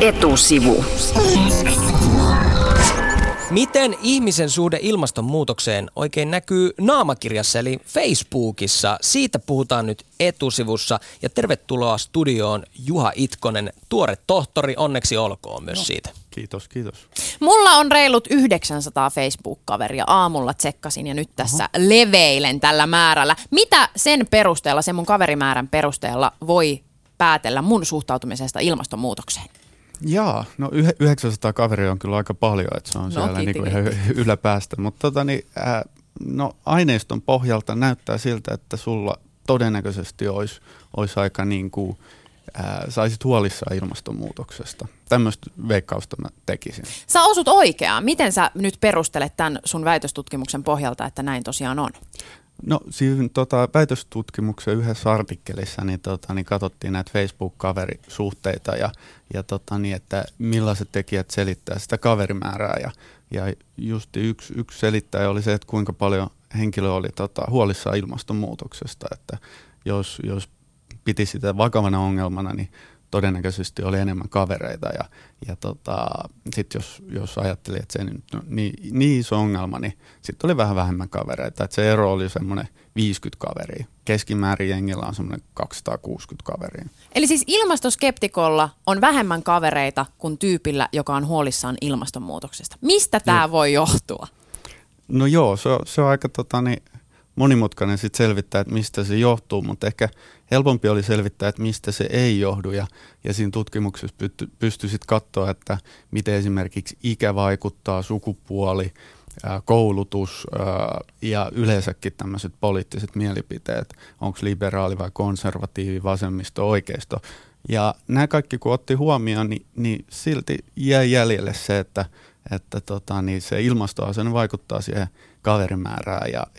Etusivu. Miten ihmisen suhde ilmastonmuutokseen oikein näkyy naamakirjassa eli Facebookissa? Siitä puhutaan nyt Etusivussa ja tervetuloa studioon Juha Itkonen, tuore tohtori, onneksi olkoon myös siitä. Kiitos, kiitos. Mulla on reilut 900 Facebook-kaveria. Aamulla tsekkasin ja nyt tässä leveilen tällä määrällä. Mitä sen perusteella, sen mun kaverimäärän perusteella voi päätellä mun suhtautumisesta ilmastonmuutokseen? Jaa, no 900 kaveria on kyllä aika paljon, että se on siellä niin ihan yläpäästä. Mutta aineiston pohjalta näyttää siltä, että sulla todennäköisesti olisi aika niin kuin, saisit huolissaan ilmastonmuutoksesta. Tämmöistä veikkausta mä tekisin. Sä osut oikeaan. Miten sä nyt perustelet tämän sun väitöstutkimuksen pohjalta, että näin tosiaan on? No siinä väitöstutkimuksen yhdessä artikkelissa niin katsottiin näitä Facebook-kaverisuhteita ja että millaiset tekijät selittää sitä kaverimäärää ja just yksi selittäjä oli se, että kuinka paljon henkilö oli huolissaan ilmastonmuutoksesta, että jos piti sitä vakavana ongelmana, niin todennäköisesti oli enemmän kavereita ja sitten jos ajatteli, että se nyt on niin iso ongelma, niin sitten oli vähän vähemmän kavereita. Että se ero oli semmoinen 50 kaveria. Keskimäärin jengillä on semmoinen 260 kaveria. Eli siis ilmastoskeptikolla on vähemmän kavereita kuin tyypillä, joka on huolissaan ilmastonmuutoksesta. Mistä tämä voi johtua? No joo, se on aika monimutkainen sit selvittää, että mistä se johtuu, mutta ehkä helpompi oli selvittää, että mistä se ei johdu ja siinä tutkimuksessa pystyi sitten katsoa, että miten esimerkiksi ikä vaikuttaa, sukupuoli, koulutus ja yleensäkin tämmöiset poliittiset mielipiteet, onko liberaali vai konservatiivi, vasemmisto, oikeisto. Ja nämä kaikki kun otti huomioon, niin silti jäi jäljelle se, että se ilmastoasenne vaikuttaa siihen kaverimäärään ja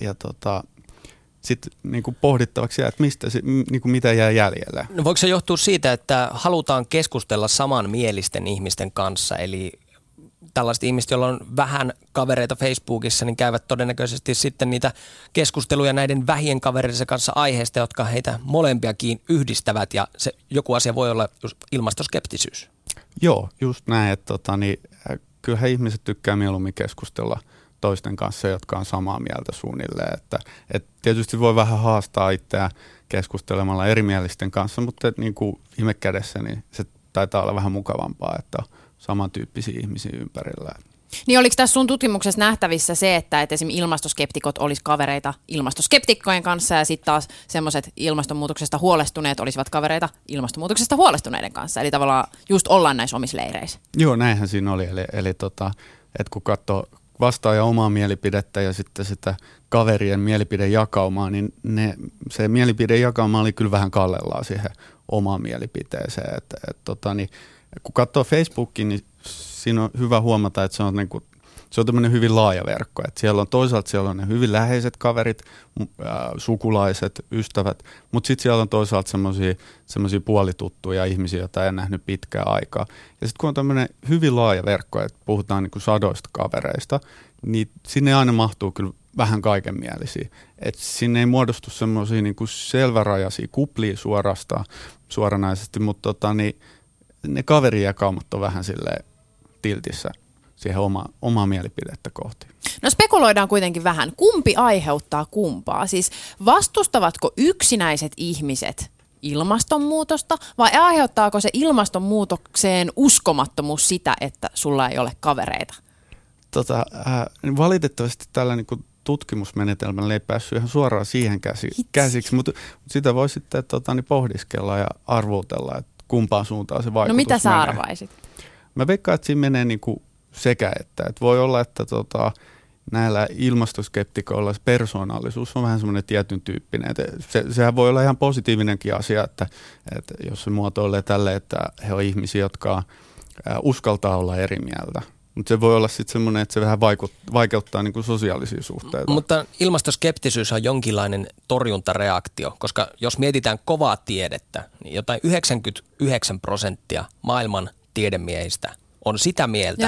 sitten niinku pohdittavaksi, että mistä niinku mitä jää jäljellä. No voiko se johtua siitä, että halutaan keskustella samanmielisten ihmisten kanssa, eli tällaiset ihmiset, joilla on vähän kavereita Facebookissa, niin käyvät todennäköisesti sitten niitä keskusteluja näiden vähien kavereiden kanssa aiheesta, jotka heitä molempiakin yhdistävät, ja se joku asia voi olla just ilmastoskeptisyys. Joo, just näin, että kyllähän ihmiset tykkää mieluummin keskustella toisten kanssa, jotka on samaa mieltä suunnilleen. Että tietysti voi vähän haastaa itseään keskustelemalla erimielisten kanssa, mutta niin kuin viime kädessä niin se taitaa olla vähän mukavampaa, että on samantyyppisiä ihmisiä ympärillä. Niin oliko tässä sun tutkimuksessa nähtävissä se, että esimerkiksi ilmastoskeptikot olisi kavereita ilmastoskeptikkojen kanssa ja sitten taas semmoiset ilmastonmuutoksesta huolestuneet olisivat kavereita ilmastonmuutoksesta huolestuneiden kanssa? Eli tavallaan just ollaan näissä omissa leireissä. Joo, näinhän siinä oli. Eli että kun katsoo vastaajan omaa mielipidettä ja sitten sitä kaverien mielipidejakaumaa, niin se mielipidejakauma oli kyllä vähän kallellaan siihen omaan mielipiteeseen. Kun katsoo Facebookin, niin siinä on hyvä huomata, että se on tämmöinen hyvin laaja verkko. Että siellä on ne hyvin läheiset kaverit, sukulaiset, ystävät, mutta sitten siellä on toisaalta semmoisia puolituttuja ihmisiä, joita ei nähnyt pitkään aikaa. Ja sitten kun on tämmöinen hyvin laaja verkko, että puhutaan niin kuin sadoista kavereista, niin sinne aina mahtuu kyllä vähän kaikenmielisiä. Että sinne ei muodostu semmoisia niin kuin selvärajaisia kuplia suoranaisesti, mutta ne kaverijakaumat on vähän silleen tiltissä siihen omaa mielipidettä kohti. No spekuloidaan kuitenkin vähän. Kumpi aiheuttaa kumpaa? Siis vastustavatko yksinäiset ihmiset ilmastonmuutosta vai aiheuttaako se ilmastonmuutokseen uskomattomuus sitä, että sulla ei ole kavereita? Valitettavasti tällä niin kuin tutkimusmenetelmällä ei päässyt ihan suoraan siihen käsiksi, mutta sitä voi sitten pohdiskella ja arvotella, että kumpaan suuntaan se vaikutus No mitä sä menee. arvaisit? Mä veikkaan, että siinä menee niin kuin sekä että voi olla, että näillä ilmastoskeptikoilla persoonallisuus on vähän semmoinen tietyn tyyppinen. Sehän voi olla ihan positiivinenkin asia, että jos se muotoilee tälle, että he ovat ihmisiä, jotka uskaltaa olla eri mieltä. Mutta se voi olla sitten semmoinen, että se vähän vaikeuttaa niin kuin sosiaalisia suhteita. Mutta ilmastoskeptisyys on jonkinlainen torjuntareaktio, koska jos mietitään kovaa tiedettä, niin jotain 99% maailman tiedemiehistä on sitä mieltä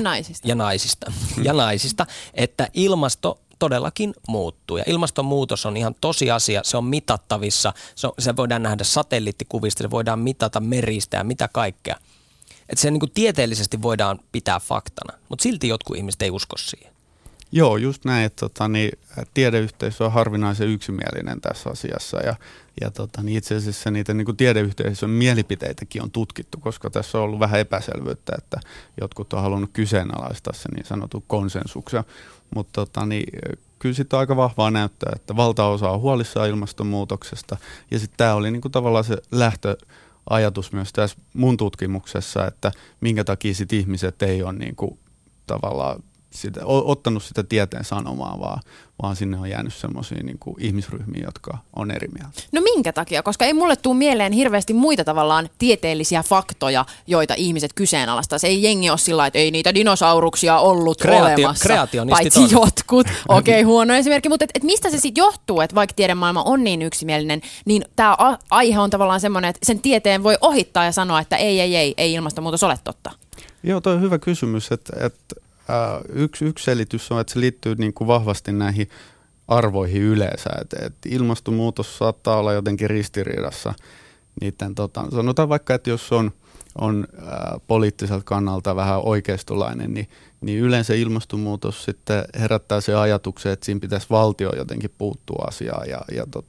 ja naisista, että ilmasto todellakin muuttuu. Ja ilmastonmuutos on ihan tosiasia, se on mitattavissa, se voidaan nähdä satelliittikuvista, se voidaan mitata meristä ja mitä kaikkea. että se niin kuin tieteellisesti voidaan pitää faktana, mutta silti jotkut ihmiset ei usko siihen. Joo, just näin, että tiedeyhteisö on harvinaisen yksimielinen tässä asiassa ja itse asiassa niitä niin kuin tiedeyhteisön mielipiteitäkin on tutkittu, koska tässä on ollut vähän epäselvyyttä, että jotkut on halunnut kyseenalaistaa se niin sanotun konsensuksen, mutta kyllä sitten on aika vahvaa näyttää, että valtaosa on huolissaan ilmastonmuutoksesta ja sitten tämä oli niin kuin tavallaan se lähtöajatus myös tässä mun tutkimuksessa, että minkä takia sit ihmiset ei ole niin kuin tavallaan ottanut sitä tieteen sanomaa, vaan sinne on jäänyt semmoisia niin kuin ihmisryhmiä, jotka on eri mieltä. No minkä takia? Koska ei mulle tule mieleen hirveästi muita tavallaan tieteellisiä faktoja, joita ihmiset kyseenalaistaisi. Ei jengi ole sillä lailla, että ei niitä dinosauruksia ollut olemassa. Paitsi jotkut. Okei, huono esimerkki. Mutta et mistä se sitten johtuu, että vaikka tiedemaailma on niin yksimielinen, niin tämä aihe on tavallaan semmoinen, että sen tieteen voi ohittaa ja sanoa, että ei ilmastonmuutos ole totta. Joo, toi on hyvä kysymys, että yksi selitys on, että se liittyy niin kuin vahvasti näihin arvoihin yleensä, että ilmastonmuutos saattaa olla jotenkin ristiriidassa niiden, sanotaan vaikka, että jos on poliittiselta kannalta vähän oikeistolainen, niin yleensä ilmastonmuutos sitten herättää se ajatuksen, että siinä pitäisi valtio jotenkin puuttua asiaan ja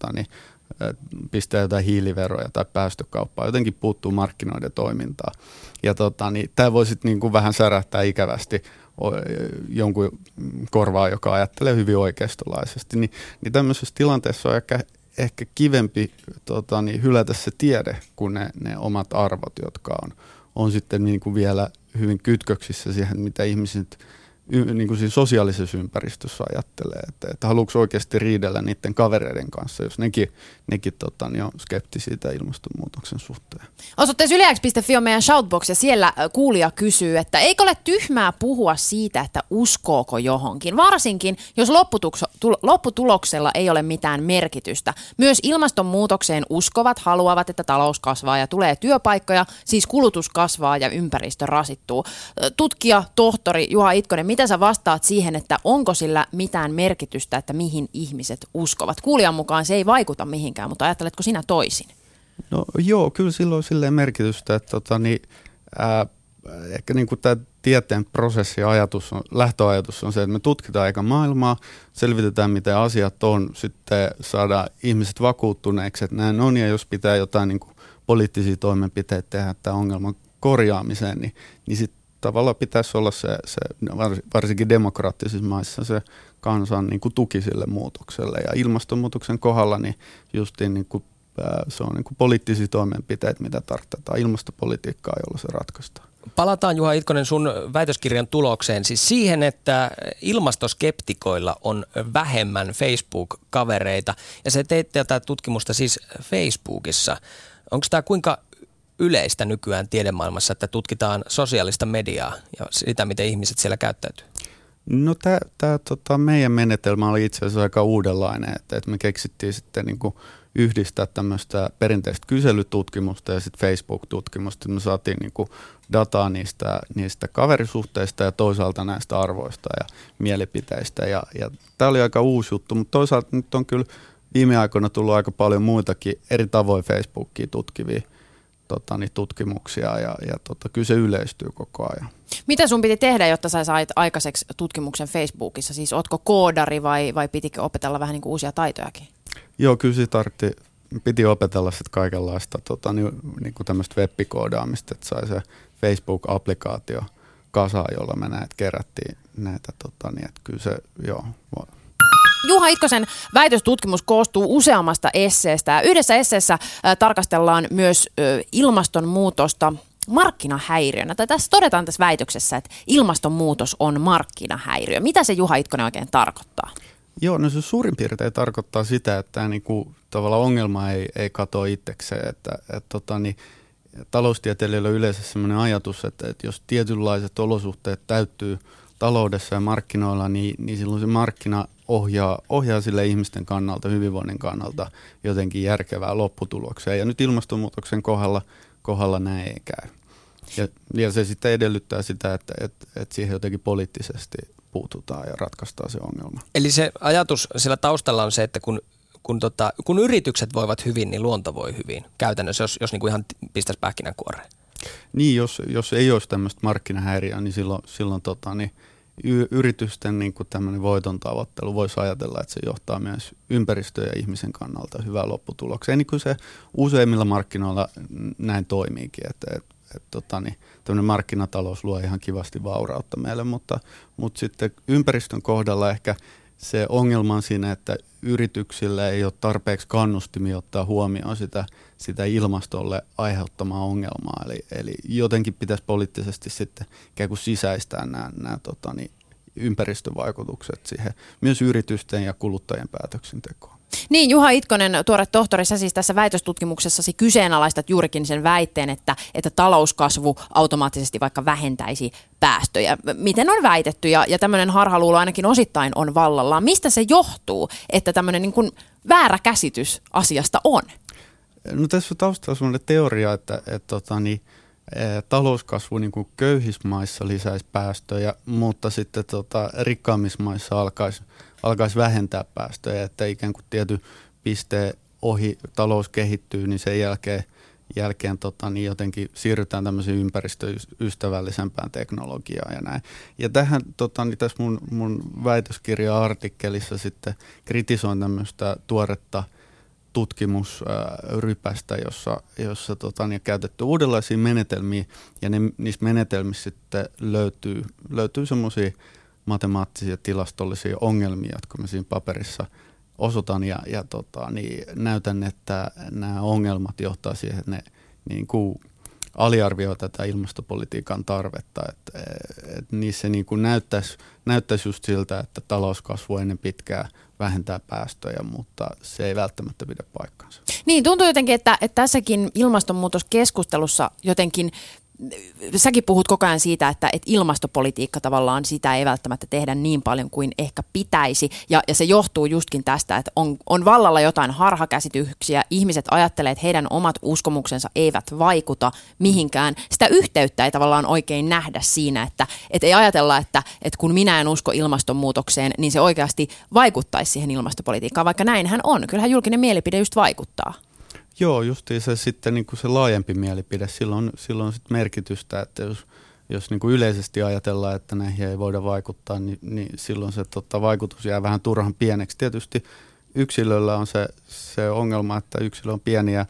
pistää jotain hiiliveroja tai päästökauppaa, jotenkin puuttuu markkinoiden toimintaan. Ja tämä voi sitten niin kuin vähän särähtää ikävästi jonkun korvaa, joka ajattelee hyvin oikeistolaisesti, niin tämmöisessä tilanteessa on ehkä kivempi hylätä se tiede kuin ne omat arvot, jotka on sitten niin kuin vielä hyvin kytköksissä siihen, mitä ihmiset niin kuin siinä sosiaalisessa ympäristössä ajattelee, että haluatko oikeasti riidellä niiden kavereiden kanssa, jos nekin on skeptisiä ilmastonmuutoksen suhteen. Osoitteessa yleäks.fi on meidän shoutbox ja siellä kuulija kysyy, että eikö ole tyhmää puhua siitä, että uskooko johonkin, varsinkin jos lopputuloksella ei ole mitään merkitystä. Myös ilmastonmuutokseen uskovat haluavat, että talous kasvaa ja tulee työpaikkoja, siis kulutus kasvaa ja ympäristö rasittuu. Tutkija, tohtori Juha Itkonen, mitä sä vastaat siihen, että onko sillä mitään merkitystä, että mihin ihmiset uskovat? Kuulijan mukaan se ei vaikuta mihinkään, mutta ajatteletko sinä toisin? No joo, kyllä silloin on silleen merkitystä, että ehkä niin kuin tämä tieteen prosessi ja lähtöajatus on se, että me tutkitaan eikä maailmaa, selvitetään miten asiat on, sitten saadaan ihmiset vakuuttuneeksi, että näin on ja jos pitää jotain niin kuin poliittisia toimenpiteitä tehdä tämän ongelman korjaamiseen, niin sitten tavallaan pitäisi olla se varsinkin demokraattisissa maissa se kansan niin kuin tuki sille muutokselle. Ja ilmastonmuutoksen kohdalla niin justiin niin kuin, se on niin kuin poliittisia toimenpiteitä, mitä tarvitaan ilmastopolitiikkaa, jolla se ratkaistaan. Palataan Juha Itkonen sun väitöskirjan tulokseen, siis siihen, että ilmastoskeptikoilla on vähemmän Facebook-kavereita. Ja se teitte tätä tutkimusta siis Facebookissa. Onko tämä kuinka yleistä nykyään tiedemaailmassa, että tutkitaan sosiaalista mediaa ja sitä, miten ihmiset siellä käyttäytyy? No tämä meidän menetelmä oli itse asiassa aika uudenlainen, että me keksittiin sitten niin kuin yhdistää tämmöistä perinteistä kyselytutkimusta ja sitten Facebook-tutkimusta. Me saatiin niin kuin dataa niistä kaverisuhteista ja toisaalta näistä arvoista ja mielipiteistä. Ja tämä oli aika uusi juttu, mutta toisaalta nyt on kyllä viime aikoina tullut aika paljon muitakin eri tavoin Facebookia tutkivia tutkimuksia ja kyllä se yleistyy koko ajan. Mitä sun piti tehdä, jotta sä sait aikaiseksi tutkimuksen Facebookissa? Siis ootko koodari vai pitikö opetella vähän niin kuin uusia taitojakin? Joo, kyllä piti opetella sitten kaikenlaista niin kuin tämmöistä web-koodaamista, että sai se Facebook-applikaatio kasaan, jolla me näitä kerättiin näitä, niin että kyllä se, joo. Juha Itkosen väitöstutkimus koostuu useammasta esseestä ja yhdessä esseessä tarkastellaan myös ilmastonmuutosta markkinahäiriönä. Tässä todetaan tässä väitöksessä, että ilmastonmuutos on markkinahäiriö. Mitä se Juha Itkonen oikein tarkoittaa? Joo, no se suurin piirtein tarkoittaa sitä, että tämä niinku, tavallaan ongelma ei katoa itsekseen. Että taloustieteilijöillä on yleensä sellainen ajatus, että jos tietynlaiset olosuhteet täyttyy taloudessa ja markkinoilla, niin silloin se markkina ohjaa sille ihmisten kannalta, hyvinvoinnin kannalta jotenkin järkevää lopputulokseen. Ja nyt ilmastonmuutoksen kohdalla näin ei käy. Ja se sitten edellyttää sitä, että siihen jotenkin poliittisesti puututaan ja ratkaistaan se ongelma. Eli se ajatus sillä taustalla on se, että kun yritykset voivat hyvin, niin luonto voi hyvin. Käytännössä, jos niin kuin ihan pistäisi pähkinänkuoreen. Niin, jos ei olisi tämmöistä markkinahäiriöä, niin silloin yritysten niin kuin tämmöinen voiton tavoittelu voisi ajatella, että se johtaa myös ympäristö- ja ihmisen kannalta hyvään lopputulokseen. Niin kuin se useimmilla markkinoilla näin toimiikin, että tämmöinen markkinatalous luo ihan kivasti vaurautta meille, mutta sitten ympäristön kohdalla ehkä se ongelma on siinä, että yrityksillä ei ole tarpeeksi kannustimia ottaa huomioon sitä ilmastolle aiheuttamaa ongelmaa. Eli jotenkin pitäisi poliittisesti sitten ikään kuin sisäistää nämä ympäristövaikutukset siihen myös yritysten ja kuluttajien päätöksentekoon. Niin, Juha Itkonen, tuore tohtori, sä siis tässä väitöstutkimuksessasi kyseenalaistat juurikin sen väitteen, että talouskasvu automaattisesti vaikka vähentäisi päästöjä. Miten on väitetty, ja tämmöinen harhaluulo ainakin osittain on vallallaan. Mistä se johtuu, että tämmöinen niin kuin väärä käsitys asiasta on? No tässä on taustalla sellainen teoria, että talouskasvu niin kuin köyhissä maissa lisäisi päästöjä, mutta sitten rikkaammissa maissa alkaisi vähentää päästöjä, että ikään kuin tietyn pisteen ohi talous kehittyy, niin sen jälkeen jotenkin siirrytään tämmöiseen ympäristöystävällisempään teknologiaan ja näin. Ja tähän tässä mun väitöskirja-artikkelissa sitten kritisoin tämmöistä tuoretta tutkimusrypästä, jossa käytetty uudenlaisia menetelmiä, ja niissä menetelmissä sitten löytyy semmoisia matemaattisia tilastollisia ongelmia, jotka me siinä paperissa osoitan, ja näytän, että nämä ongelmat johtaa siihen, että ne niin kuin aliarvioi tätä ilmastopolitiikan tarvetta, että niissä niin kuin näyttäisi just siltä, että talouskasvu ennen pitkää vähentää päästöjä, mutta se ei välttämättä pidä paikkaansa. Niin, tuntuu jotenkin, että tässäkin ilmastonmuutoskeskustelussa jotenkin, säkin puhut koko ajan siitä, että ilmastopolitiikka tavallaan sitä ei välttämättä tehdä niin paljon kuin ehkä pitäisi. Ja se johtuu justkin tästä, että on vallalla jotain harhakäsityksiä. Ihmiset ajattelee, että heidän omat uskomuksensa eivät vaikuta mihinkään. Sitä yhteyttä ei tavallaan oikein nähdä siinä, että ei ajatella, että kun minä en usko ilmastonmuutokseen, niin se oikeasti vaikuttaisi siihen ilmastopolitiikkaan, vaikka näinhän on. Kyllähän julkinen mielipide just vaikuttaa. Joo, justiin se sitten niin kuin se laajempi mielipide, silloin on sit merkitystä, että jos niin kuin yleisesti ajatellaan, että näihin ei voida vaikuttaa, niin silloin se vaikutus jää vähän turhan pieneksi. Tietysti yksilöllä on se ongelma, että yksilö on pieni ja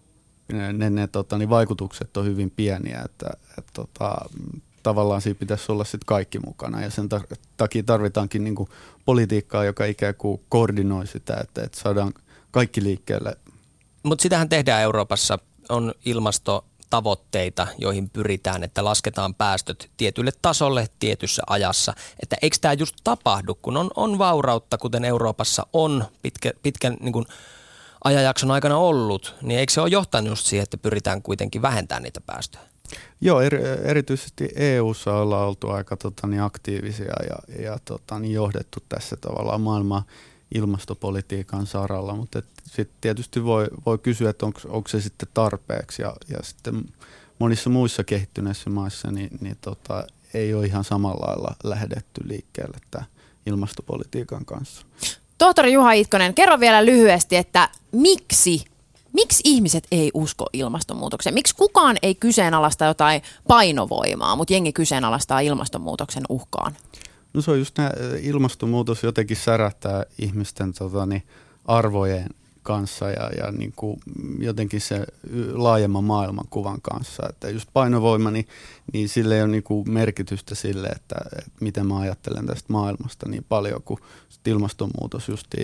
ne vaikutukset on hyvin pieniä, että tavallaan siinä pitäisi olla sitten kaikki mukana, ja sen takia tarvitaankin niin kuin politiikkaa, joka ikään kuin koordinoi sitä, että saadaan kaikki liikkeelle. Mutta sitähän tehdään Euroopassa, on ilmastotavoitteita, joihin pyritään, että lasketaan päästöt tietylle tasolle tietyssä ajassa. Että eikö tämä just tapahdu, kun on vaurautta, kuten Euroopassa on pitkän niin kun ajanjakson aikana ollut, niin eikö se ole johtanut just siihen, että pyritään kuitenkin vähentämään niitä päästöjä? Joo, erityisesti EU:ssa ollaan oltu aika aktiivisia ja johdettu tässä tavallaan maailmaa ilmastopolitiikan saralla, mutta sitten tietysti voi kysyä, että onko se sitten tarpeeksi, ja sitten monissa muissa kehittyneissä maissa niin ei ole ihan samalla lailla lähdetty liikkeelle tämän ilmastopolitiikan kanssa. Tohtori Juha Itkonen, kerro vielä lyhyesti, että miksi ihmiset ei usko ilmastonmuutokseen? Miksi kukaan ei kyseenalaista jotain painovoimaa, mutta jengi kyseenalaistaa ilmastonmuutoksen uhkaan? No se on just ilmastonmuutos jotenkin särähtää ihmisten arvojen kanssa ja niin kuin jotenkin se laajemman maailmankuvan kanssa. Että just painovoima, niin sille ei ole niin kuin merkitystä sille, että miten mä ajattelen tästä maailmasta niin paljon, kuin ilmastonmuutos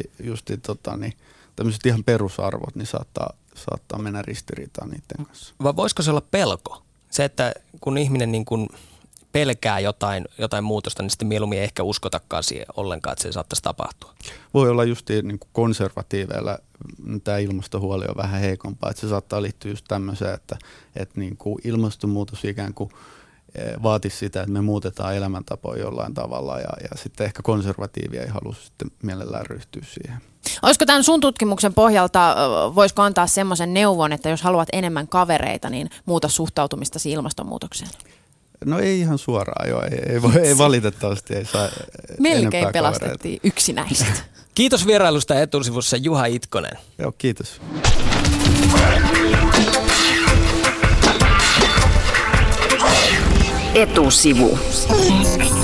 tämmöiset ihan perusarvot, niin saattaa mennä ristiriitaan niiden kanssa. Vai voisiko se olla pelko? Se, että kun ihminen niin kuin pelkää jotain muutosta, niin sitten mieluummin ei ehkä uskotakaan siihen ollenkaan, että se saattaisi tapahtua. Voi olla just niin kuin konservatiiveilla tämä ilmastohuoli on vähän heikompaa, että se saattaa liittyä just tämmöiseen, että niin kuin ilmastonmuutos ikään kuin vaatisi sitä, että me muutetaan elämäntapoja jollain tavalla, ja sitten ehkä konservatiivia ei halua sitten mielellään ryhtyä siihen. Olisiko tämän sun tutkimuksen pohjalta, voisiko antaa semmoisen neuvon, että jos haluat enemmän kavereita, niin muuta suhtautumistasi ilmastonmuutokseen? No ei ihan suoraan, joo. Ei valitettavasti ei saa melkein pelastettiin yksinäiset. Kiitos vierailusta Etusivussa Juha Itkonen. Joo, kiitos. Etusivu.